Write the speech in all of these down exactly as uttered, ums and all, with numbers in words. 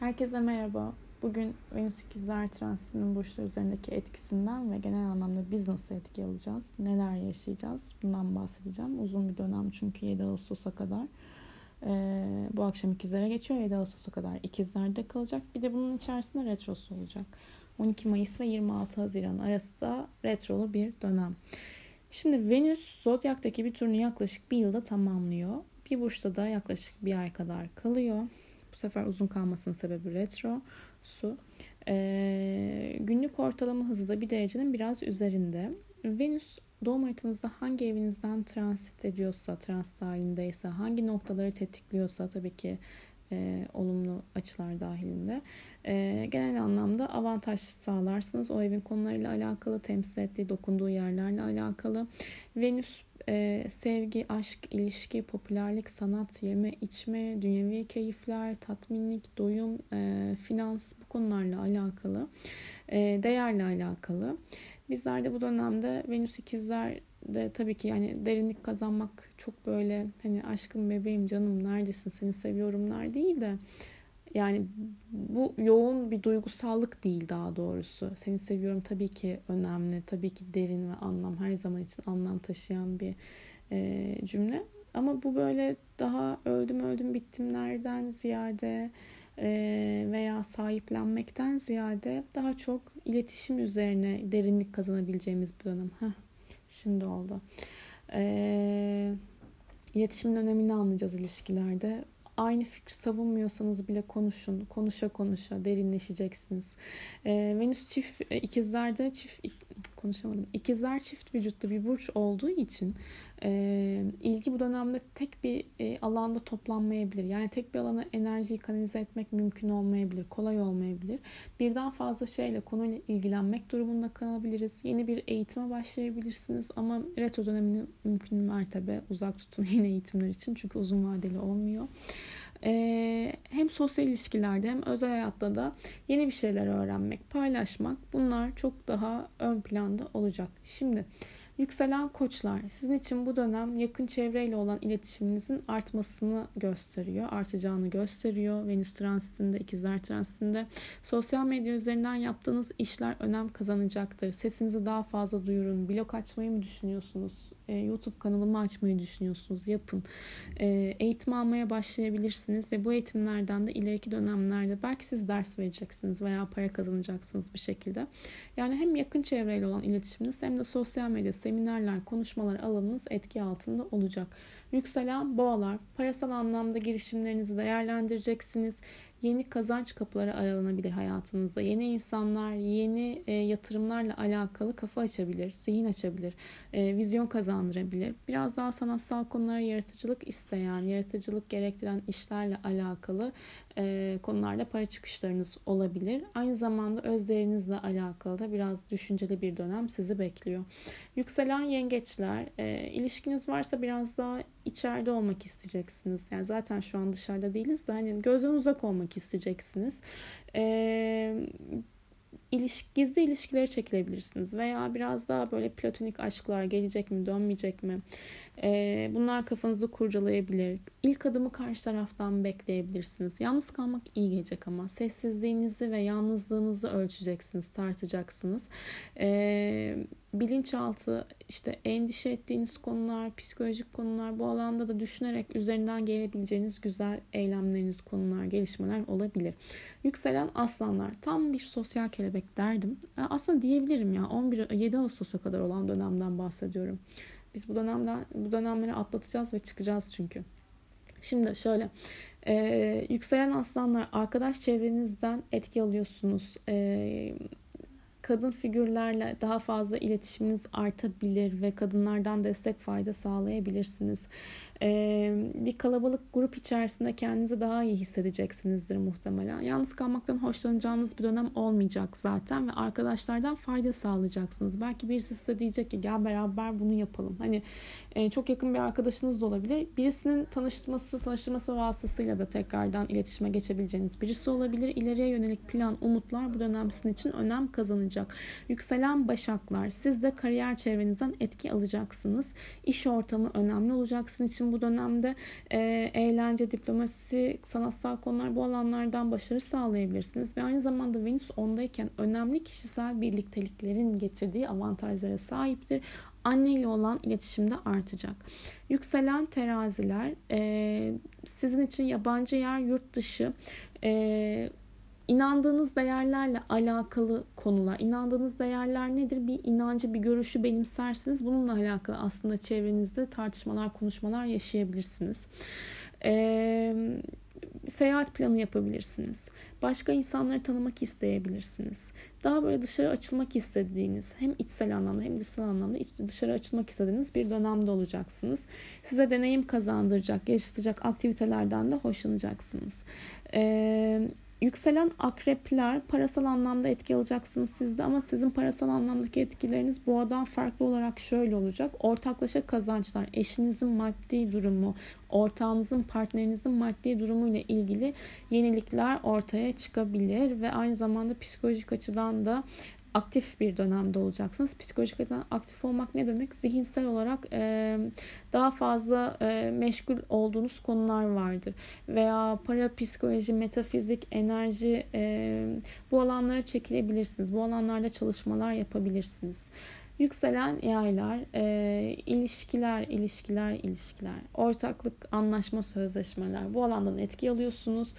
Herkese merhaba. Bugün Venüs İkizler Transitinin burçlar üzerindeki etkisinden ve genel anlamda biz nasıl etki alacağız, neler yaşayacağız bundan bahsedeceğim. Uzun bir dönem çünkü yedi Ağustos'a kadar. Ee, bu akşam ikizlere geçiyor. yedi Ağustos'a kadar ikizlerde kalacak. Bir de bunun içerisinde retrosu olacak. on iki Mayıs ve yirmi altı Haziran arası da retrolu bir dönem. Şimdi Venüs Zodyak'taki bir turunu yaklaşık bir yılda tamamlıyor. Bir burçta da yaklaşık bir ay kadar kalıyor. Bu sefer uzun kalmasının sebebi retrosu. Ee, günlük ortalama hızı da bir derecenin biraz üzerinde. Venüs doğum haritanızda hangi evinizden transit ediyorsa, transit halindeyse, hangi noktaları tetikliyorsa tabii ki e, olumlu açılar dahilinde e, genel anlamda avantaj sağlarsınız. O evin konularıyla alakalı, temsil ettiği, dokunduğu yerlerle alakalı. Venüs e, sevgi, aşk, ilişki, popülerlik, sanat, yeme, içme, dünyevi keyifler, tatminlik, doyum, e, finans bu konularla alakalı, e, değerle alakalı. Bizler de bu dönemde Venüs ikizlerde tabii ki yani derinlik kazanmak çok böyle hani aşkım, bebeğim, canım, neredesin, seni seviyorumlar değil de yani bu yoğun bir duygusallık değil daha doğrusu. Seni seviyorum tabii ki önemli, tabii ki derin ve anlam, her zaman için anlam taşıyan bir e, cümle. Ama bu böyle daha öldüm öldüm bittimlerden ziyade e, veya sahiplenmekten ziyade daha çok iletişim üzerine derinlik kazanabileceğimiz bir dönem. Heh, şimdi oldu. E, iletişimin önemini anlayacağız ilişkilerde. Aynı fikri savunmuyorsanız bile konuşun. Konuşa konuşa derinleşeceksiniz. Ee, Venüs çift e, ikizlerde çift konuşamadım. İkizler çift vücutlu bir burç olduğu için e, ilgi bu dönemde tek bir e, alanda toplanmayabilir. Yani tek bir alana enerjiyi kanalize etmek mümkün olmayabilir. Kolay olmayabilir. Birden fazla şeyle, konuyla ilgilenmek durumunda kalabiliriz. Yeni bir eğitime başlayabilirsiniz ama retro dönemini mümkün mertebe uzak tutun yeni eğitimler için. Çünkü uzun vadeli olmuyor. Ee, hem sosyal ilişkilerde hem özel hayatta da yeni bir şeyler öğrenmek, paylaşmak, bunlar çok daha ön planda olacak. Şimdi yükselen koçlar, sizin için bu dönem yakın çevreyle olan iletişiminizin artmasını gösteriyor, artacağını gösteriyor. Venüs transitinde, ikizler transitinde sosyal medya üzerinden yaptığınız işler önem kazanacaktır. Sesinizi daha fazla duyurun. Blog açmayı mı düşünüyorsunuz? E, YouTube kanalımı açmayı düşünüyorsunuz? Yapın. E, eğitim almaya başlayabilirsiniz ve bu eğitimlerden de ileriki dönemlerde belki siz ders vereceksiniz veya para kazanacaksınız bir şekilde. Yani hem yakın çevreyle olan iletişiminiz hem de sosyal medya, seminerler, konuşmalar alanınız etki altında olacak. Yükselen boğalar, parasal anlamda girişimlerinizi değerlendireceksiniz. Yeni kazanç kapıları aralanabilir hayatınızda. Yeni insanlar, yeni e, yatırımlarla alakalı kafa açabilir, zihin açabilir, e, vizyon kazandırabilir. Biraz daha sanatsal konulara yaratıcılık isteyen, yaratıcılık gerektiren işlerle alakalı e, konularda para çıkışlarınız olabilir. Aynı zamanda özlerinizle alakalı da biraz düşünceli bir dönem sizi bekliyor. Yükselen yengeçler, e, ilişkiniz varsa biraz daha içeride olmak isteyeceksiniz. Yani zaten şu an dışarıda değiliz de hani gözden uzak olmak isteyeceksiniz. Ee, ilişki, gizli ilişkilere çekilebilirsiniz veya biraz daha böyle platonik aşklar gelecek mi, dönmeyecek mi? Ee, bunlar kafanızı kurcalayabilir. İlk adımı karşı taraftan bekleyebilirsiniz. Yalnız kalmak iyi gelecek ama sessizliğinizi ve yalnızlığınızı ölçeceksiniz, tartacaksınız. Ee, bilinçaltı, işte endişe ettiğiniz konular, psikolojik konular, bu alanda da düşünerek üzerinden gelebileceğiniz güzel eylemleriniz, konular, gelişmeler olabilir. Yükselen aslanlar, tam bir sosyal kelebek derdim. Aslında diyebilirim ya, on bir yedi Ağustos'a kadar olan dönemden bahsediyorum. Biz bu dönemden bu dönemleri atlatacağız ve çıkacağız çünkü. Şimdi şöyle, e, yükselen aslanlar, arkadaş çevrenizden etki alıyorsunuz. E, kadın figürlerle daha fazla iletişiminiz artabilir ve kadınlardan destek, fayda sağlayabilirsiniz. Ee, bir kalabalık grup içerisinde kendinizi daha iyi hissedeceksinizdir muhtemelen. Yalnız kalmaktan hoşlanacağınız bir dönem olmayacak zaten ve arkadaşlardan fayda sağlayacaksınız. Belki birisi size diyecek ki gel beraber bunu yapalım. Hani e, çok yakın bir arkadaşınız da olabilir. Birisinin tanıştırması, tanıştırması vasıtasıyla da tekrardan iletişime geçebileceğiniz birisi olabilir. İleriye yönelik plan, umutlar bu dönem sizin için önem kazanacak. olacak. Yükselen Başaklar, siz de kariyer çevrenizden etki alacaksınız. İş ortamı önemli olacak sizin için bu dönemde. E, eğlence, diplomasi, sanatsal konular, bu alanlardan başarı sağlayabilirsiniz. Ve aynı zamanda Venüs ondayken önemli kişisel birlikteliklerin getirdiği avantajlara sahiptir. Anne ile olan iletişimde artacak. Yükselen Teraziler, e, sizin için yabancı yer, yurt dışı, e, inandığınız değerlerle alakalı konular. İnandığınız değerler nedir? Bir inancı, bir görüşü benimsersiniz. Bununla alakalı aslında çevrenizde tartışmalar, konuşmalar yaşayabilirsiniz. Eee Seyahat planı yapabilirsiniz. Başka insanları tanımak isteyebilirsiniz. Daha böyle dışarı açılmak istediğiniz, hem içsel anlamda hem dışsal anlamda dışarı açılmak istediğiniz bir dönemde olacaksınız. Size deneyim kazandıracak, yaşatacak aktivitelerden de hoşlanacaksınız. Ee, Yükselen akrepler, parasal anlamda etki alacaksınız siz de, ama sizin parasal anlamdaki etkileriniz boğadan farklı olarak şöyle olacak. Ortaklaşa kazançlar, eşinizin maddi durumu, ortağınızın, partnerinizin maddi durumu ile ilgili yenilikler ortaya çıkabilir ve aynı zamanda psikolojik açıdan da aktif bir dönemde olacaksınız. Psikolojik açıdan aktif olmak ne demek? Zihinsel olarak e, daha fazla e, meşgul olduğunuz konular vardır. Veya para, psikoloji, metafizik, enerji, e, bu alanlara çekilebilirsiniz. Bu alanlarda çalışmalar yapabilirsiniz. Yükselen yaylar, e, ilişkiler, ilişkiler, ilişkiler, ortaklık, anlaşma, sözleşmeler, bu alandan etki alıyorsunuz.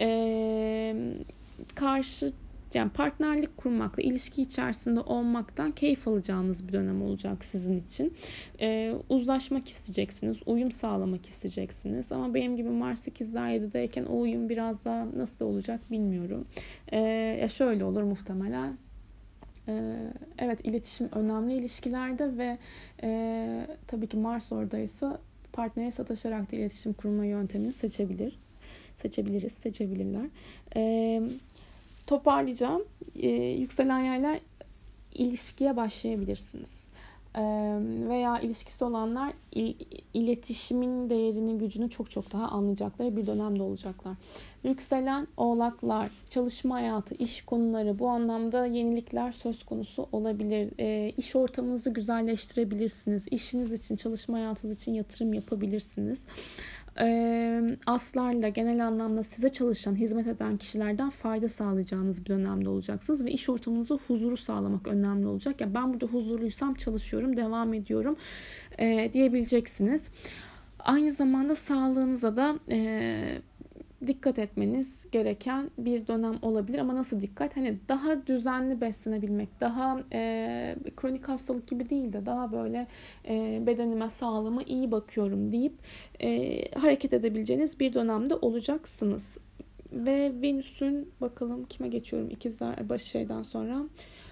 E, karşı Yani partnerlik kurmakla, ilişki içerisinde olmaktan keyif alacağınız bir dönem olacak sizin için. Ee, uzlaşmak isteyeceksiniz, uyum sağlamak isteyeceksiniz. Ama benim gibi Mars ikizler yedideyken o uyum biraz daha nasıl olacak bilmiyorum. Ee, ya şöyle olur muhtemelen. Ee, evet, iletişim önemli ilişkilerde ve e, tabii ki Mars oradaysa partnere sataşarak da iletişim kurma yöntemini seçebilir. Seçebiliriz, seçebilirler. Ee, Toparlayacağım. Ee, yükselen yaylar, ilişkiye başlayabilirsiniz. Ee, veya ilişkisi olanlar il, iletişimin değerini, gücünü çok çok daha anlayacakları bir dönemde olacaklar. Yükselen oğlaklar, çalışma hayatı, iş konuları, bu anlamda yenilikler söz konusu olabilir. E, iş ortamınızı güzelleştirebilirsiniz. İşiniz için, çalışma hayatınız için yatırım yapabilirsiniz. E, aslarla genel anlamda size çalışan, hizmet eden kişilerden fayda sağlayacağınız bir dönemde olacaksınız ve iş ortamınızda huzuru sağlamak önemli olacak. Yani ben burada huzurluysam çalışıyorum, devam ediyorum e, diyebileceksiniz. Aynı zamanda sağlığınıza da e, dikkat etmeniz gereken bir dönem olabilir. Ama nasıl dikkat? Hani daha düzenli beslenebilmek, daha e, kronik hastalık gibi değil de daha böyle e, bedenime, sağlığıma iyi bakıyorum deyip e, hareket edebileceğiniz bir dönemde olacaksınız. Ve Venüs'ün, bakalım kime geçiyorum ikizler baş şeyden sonra.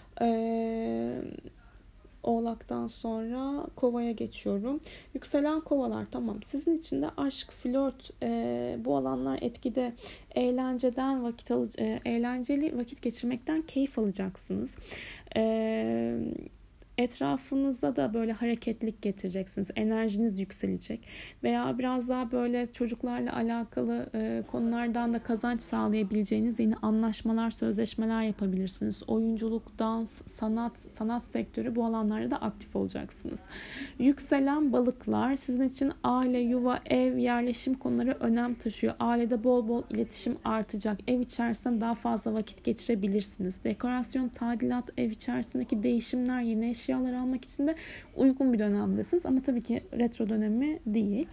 Eee Oğlak'tan sonra Kova'ya geçiyorum. Yükselen Kovalar, tamam. Sizin için de aşk, flört, e, bu alanlar etkide, eğlenceden vakit al, e, eğlenceli vakit geçirmekten keyif alacaksınız. E, etrafınıza da böyle hareketlilik getireceksiniz. Enerjiniz yükselecek. Veya biraz daha böyle çocuklarla alakalı e, konulardan da kazanç sağlayabileceğiniz yeni anlaşmalar, sözleşmeler yapabilirsiniz. Oyunculuk, dans, sanat, sanat sektörü, bu alanlarda da aktif olacaksınız. Yükselen Balıklar, sizin için aile, yuva, ev, yerleşim konuları önem taşıyor. Ailede bol bol iletişim artacak. Ev içerisinde daha fazla vakit geçirebilirsiniz. Dekorasyon, tadilat, ev içerisindeki değişimler, yeni eşyalar almak için de uygun bir dönemdesiniz. Ama tabii ki retro dönemi değil.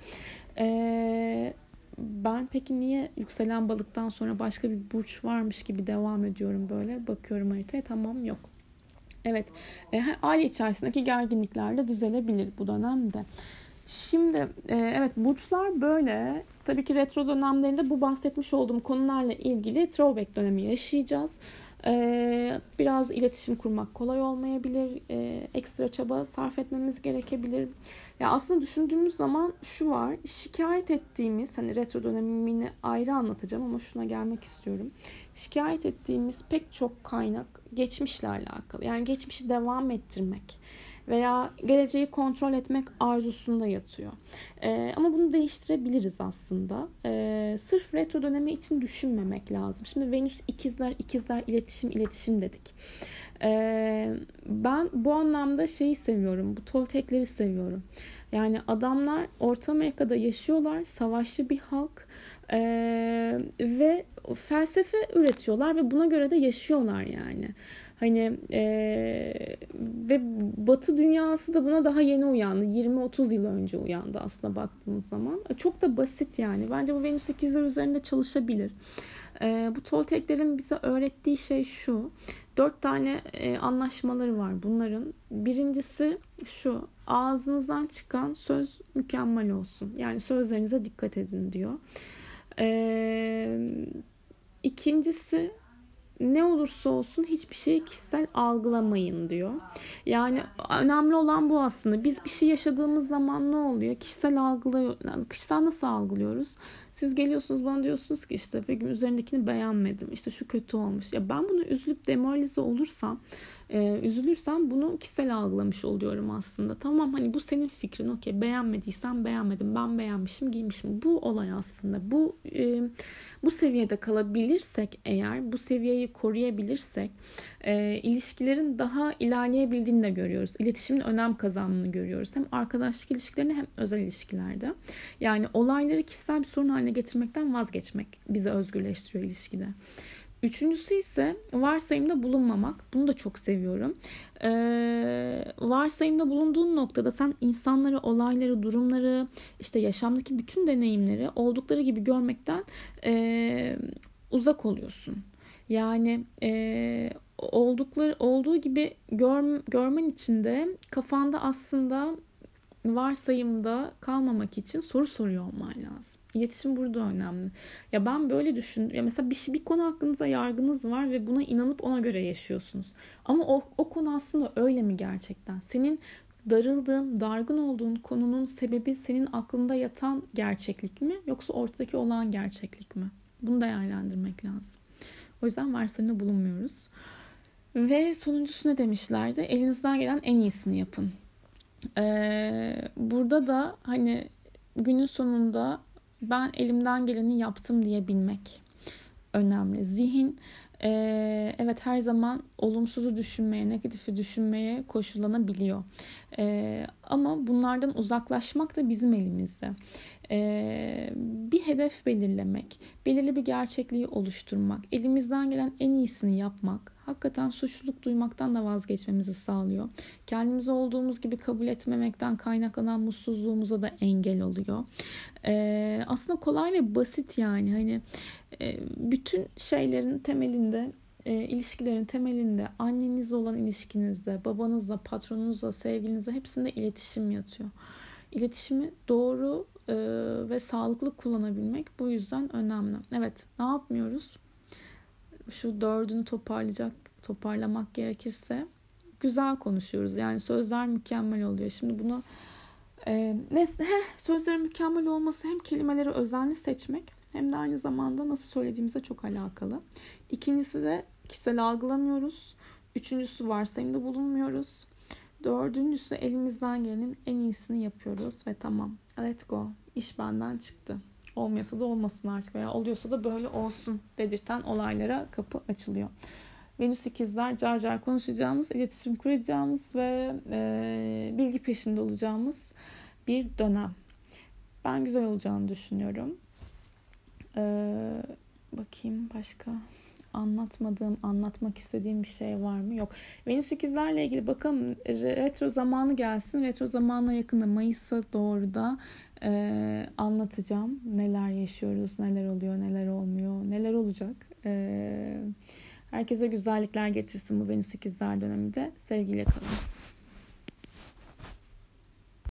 Ee, ben peki niye yükselen balıktan sonra başka bir burç varmış gibi devam ediyorum böyle? Bakıyorum haritaya, tamam, yok. Evet, e, aile içerisindeki gerginlikler de düzelebilir bu dönemde. Şimdi e, evet, burçlar böyle. Tabii ki retro dönemlerinde bu bahsetmiş olduğum konularla ilgili throwback dönemi yaşayacağız. Ee, biraz iletişim kurmak kolay olmayabilir. Ee, ekstra çaba sarf etmemiz gerekebilir. Ya aslında düşündüğümüz zaman şu var. Şikayet ettiğimiz, hani retro dönemini ayrı anlatacağım ama şuna gelmek istiyorum. Şikayet ettiğimiz pek çok kaynak geçmişle alakalı. Yani geçmişi devam ettirmek. veya geleceği kontrol etmek arzusunda yatıyor. Ee, ama bunu değiştirebiliriz aslında. Ee, sırf retro dönemi için düşünmemek lazım. Şimdi Venüs ikizler, ikizler iletişim, iletişim dedik. Ee, ben bu anlamda şeyi seviyorum, bu Toltekleri seviyorum. Yani adamlar Orta Amerika'da yaşıyorlar, savaşçı bir halk ee, ve felsefe üretiyorlar ve buna göre de yaşıyorlar yani. Hani e, ve Batı dünyası da buna daha yeni uyandı. yirmi otuz yıl önce uyandı aslında baktığınız zaman. Çok da basit yani. Bence bu Venüs ikizler üzerinde çalışabilir. E, bu Tolteklerin bize öğrettiği şey şu. Dört tane e, anlaşmaları var bunların. Birincisi şu. Ağzınızdan çıkan söz mükemmel olsun. Yani sözlerinize dikkat edin diyor. E, ikincisi ne olursa olsun hiçbir şeyi kişisel algılamayın diyor. Yani önemli olan bu aslında. Biz bir şey yaşadığımız zaman ne oluyor? Kişisel algılıyor. Yani kişisel nasıl algılıyoruz? Siz geliyorsunuz bana diyorsunuz ki işte Begüm üzerindekini beğenmedim. İşte şu kötü olmuş. Ya ben bunu üzülüp demoralize olursam, e, üzülürsem bunu kişisel algılamış oluyorum aslında. Tamam hani bu senin fikrin. Okey, beğenmediysen beğenmedim. Ben beğenmişim, giymişim. Bu olay aslında. Bu e, bu seviyede kalabilirsek eğer, bu seviyeyi koruyabilirsek e, ilişkilerin daha ilerleyebildiğini de görüyoruz. İletişimin önem kazandığını görüyoruz. Hem arkadaşlık ilişkilerinde hem özel ilişkilerde. Yani olayları kişisel bir sorun haline getirmekten vazgeçmek bizi özgürleştiriyor ilişkide. Üçüncüsü ise varsayımda bulunmamak. Bunu da çok seviyorum. Ee, varsayımda bulunduğun noktada sen insanları, olayları, durumları, işte yaşamdaki bütün deneyimleri oldukları gibi görmekten e, uzak oluyorsun. Yani e, oldukları olduğu gibi gör, görmen için de kafanda aslında varsayımda kalmamak için soru soruyor olman lazım. İletişim burada önemli. Ya ben böyle düşün. Ya mesela bir şey, bir konu hakkında yargınız var ve buna inanıp ona göre yaşıyorsunuz. Ama o o konu aslında öyle mi gerçekten? Senin darıldığın, dargın olduğun konunun sebebi senin aklında yatan gerçeklik mi yoksa ortadaki olan gerçeklik mi? Bunu değerlendirmek lazım. O yüzden varsayımda bulunmuyoruz. Ve sonuncusu ne demişlerdi? Elinizden gelen en iyisini yapın. Ee, burada da hani günün sonunda ben elimden geleni yaptım diyebilmek önemli. Zihin e, evet her zaman olumsuzu düşünmeye, negatifi düşünmeye koşullanabiliyor. E, ama bunlardan uzaklaşmak da bizim elimizde. E, bir hedef belirlemek, belirli bir gerçekliği oluşturmak, elimizden gelen en iyisini yapmak, hakikaten suçluluk duymaktan da vazgeçmemizi sağlıyor. Kendimizi olduğumuz gibi kabul etmemekten kaynaklanan mutsuzluğumuza da engel oluyor. Ee, aslında kolay ve basit yani. Hani e, bütün şeylerin temelinde, e, ilişkilerin temelinde, annenizle olan ilişkinizde, babanızla, patronunuzla, sevgilinizle hepsinde iletişim yatıyor. İletişimi doğru e, ve sağlıklı kullanabilmek bu yüzden önemli. Evet, ne yapmıyoruz? Şu dördünü toparlayacak, toparlamak gerekirse güzel konuşuyoruz. Yani sözler mükemmel oluyor. Şimdi bunu e, ne, heh, sözlerin mükemmel olması hem kelimeleri özenli seçmek hem de aynı zamanda nasıl söylediğimize çok alakalı. İkincisi de kişisel algılamıyoruz. Üçüncüsü varsayımda bulunmuyoruz. Dördüncüsü elimizden gelenin en iyisini yapıyoruz ve tamam, let go. İş benden çıktı. Olmuyorsa da olmasın artık veya oluyorsa da böyle olsun dedirten olaylara kapı açılıyor. Venüs ikizler car car konuşacağımız, iletişim kuracağımız ve e, bilgi peşinde olacağımız bir dönem. Ben güzel olacağını düşünüyorum. E, bakayım başka anlatmadığım, anlatmak istediğim bir şey var mı? Yok. Venüs ikizlerle ilgili bakalım retro zamanı gelsin. Retro zamanına yakında Mayıs'a doğru da e, anlatacağım. Neler yaşıyoruz, neler oluyor, neler olmuyor, neler olacak. E, herkese güzellikler getirsin bu Venüs ikizler döneminde. Sevgiyle kalın.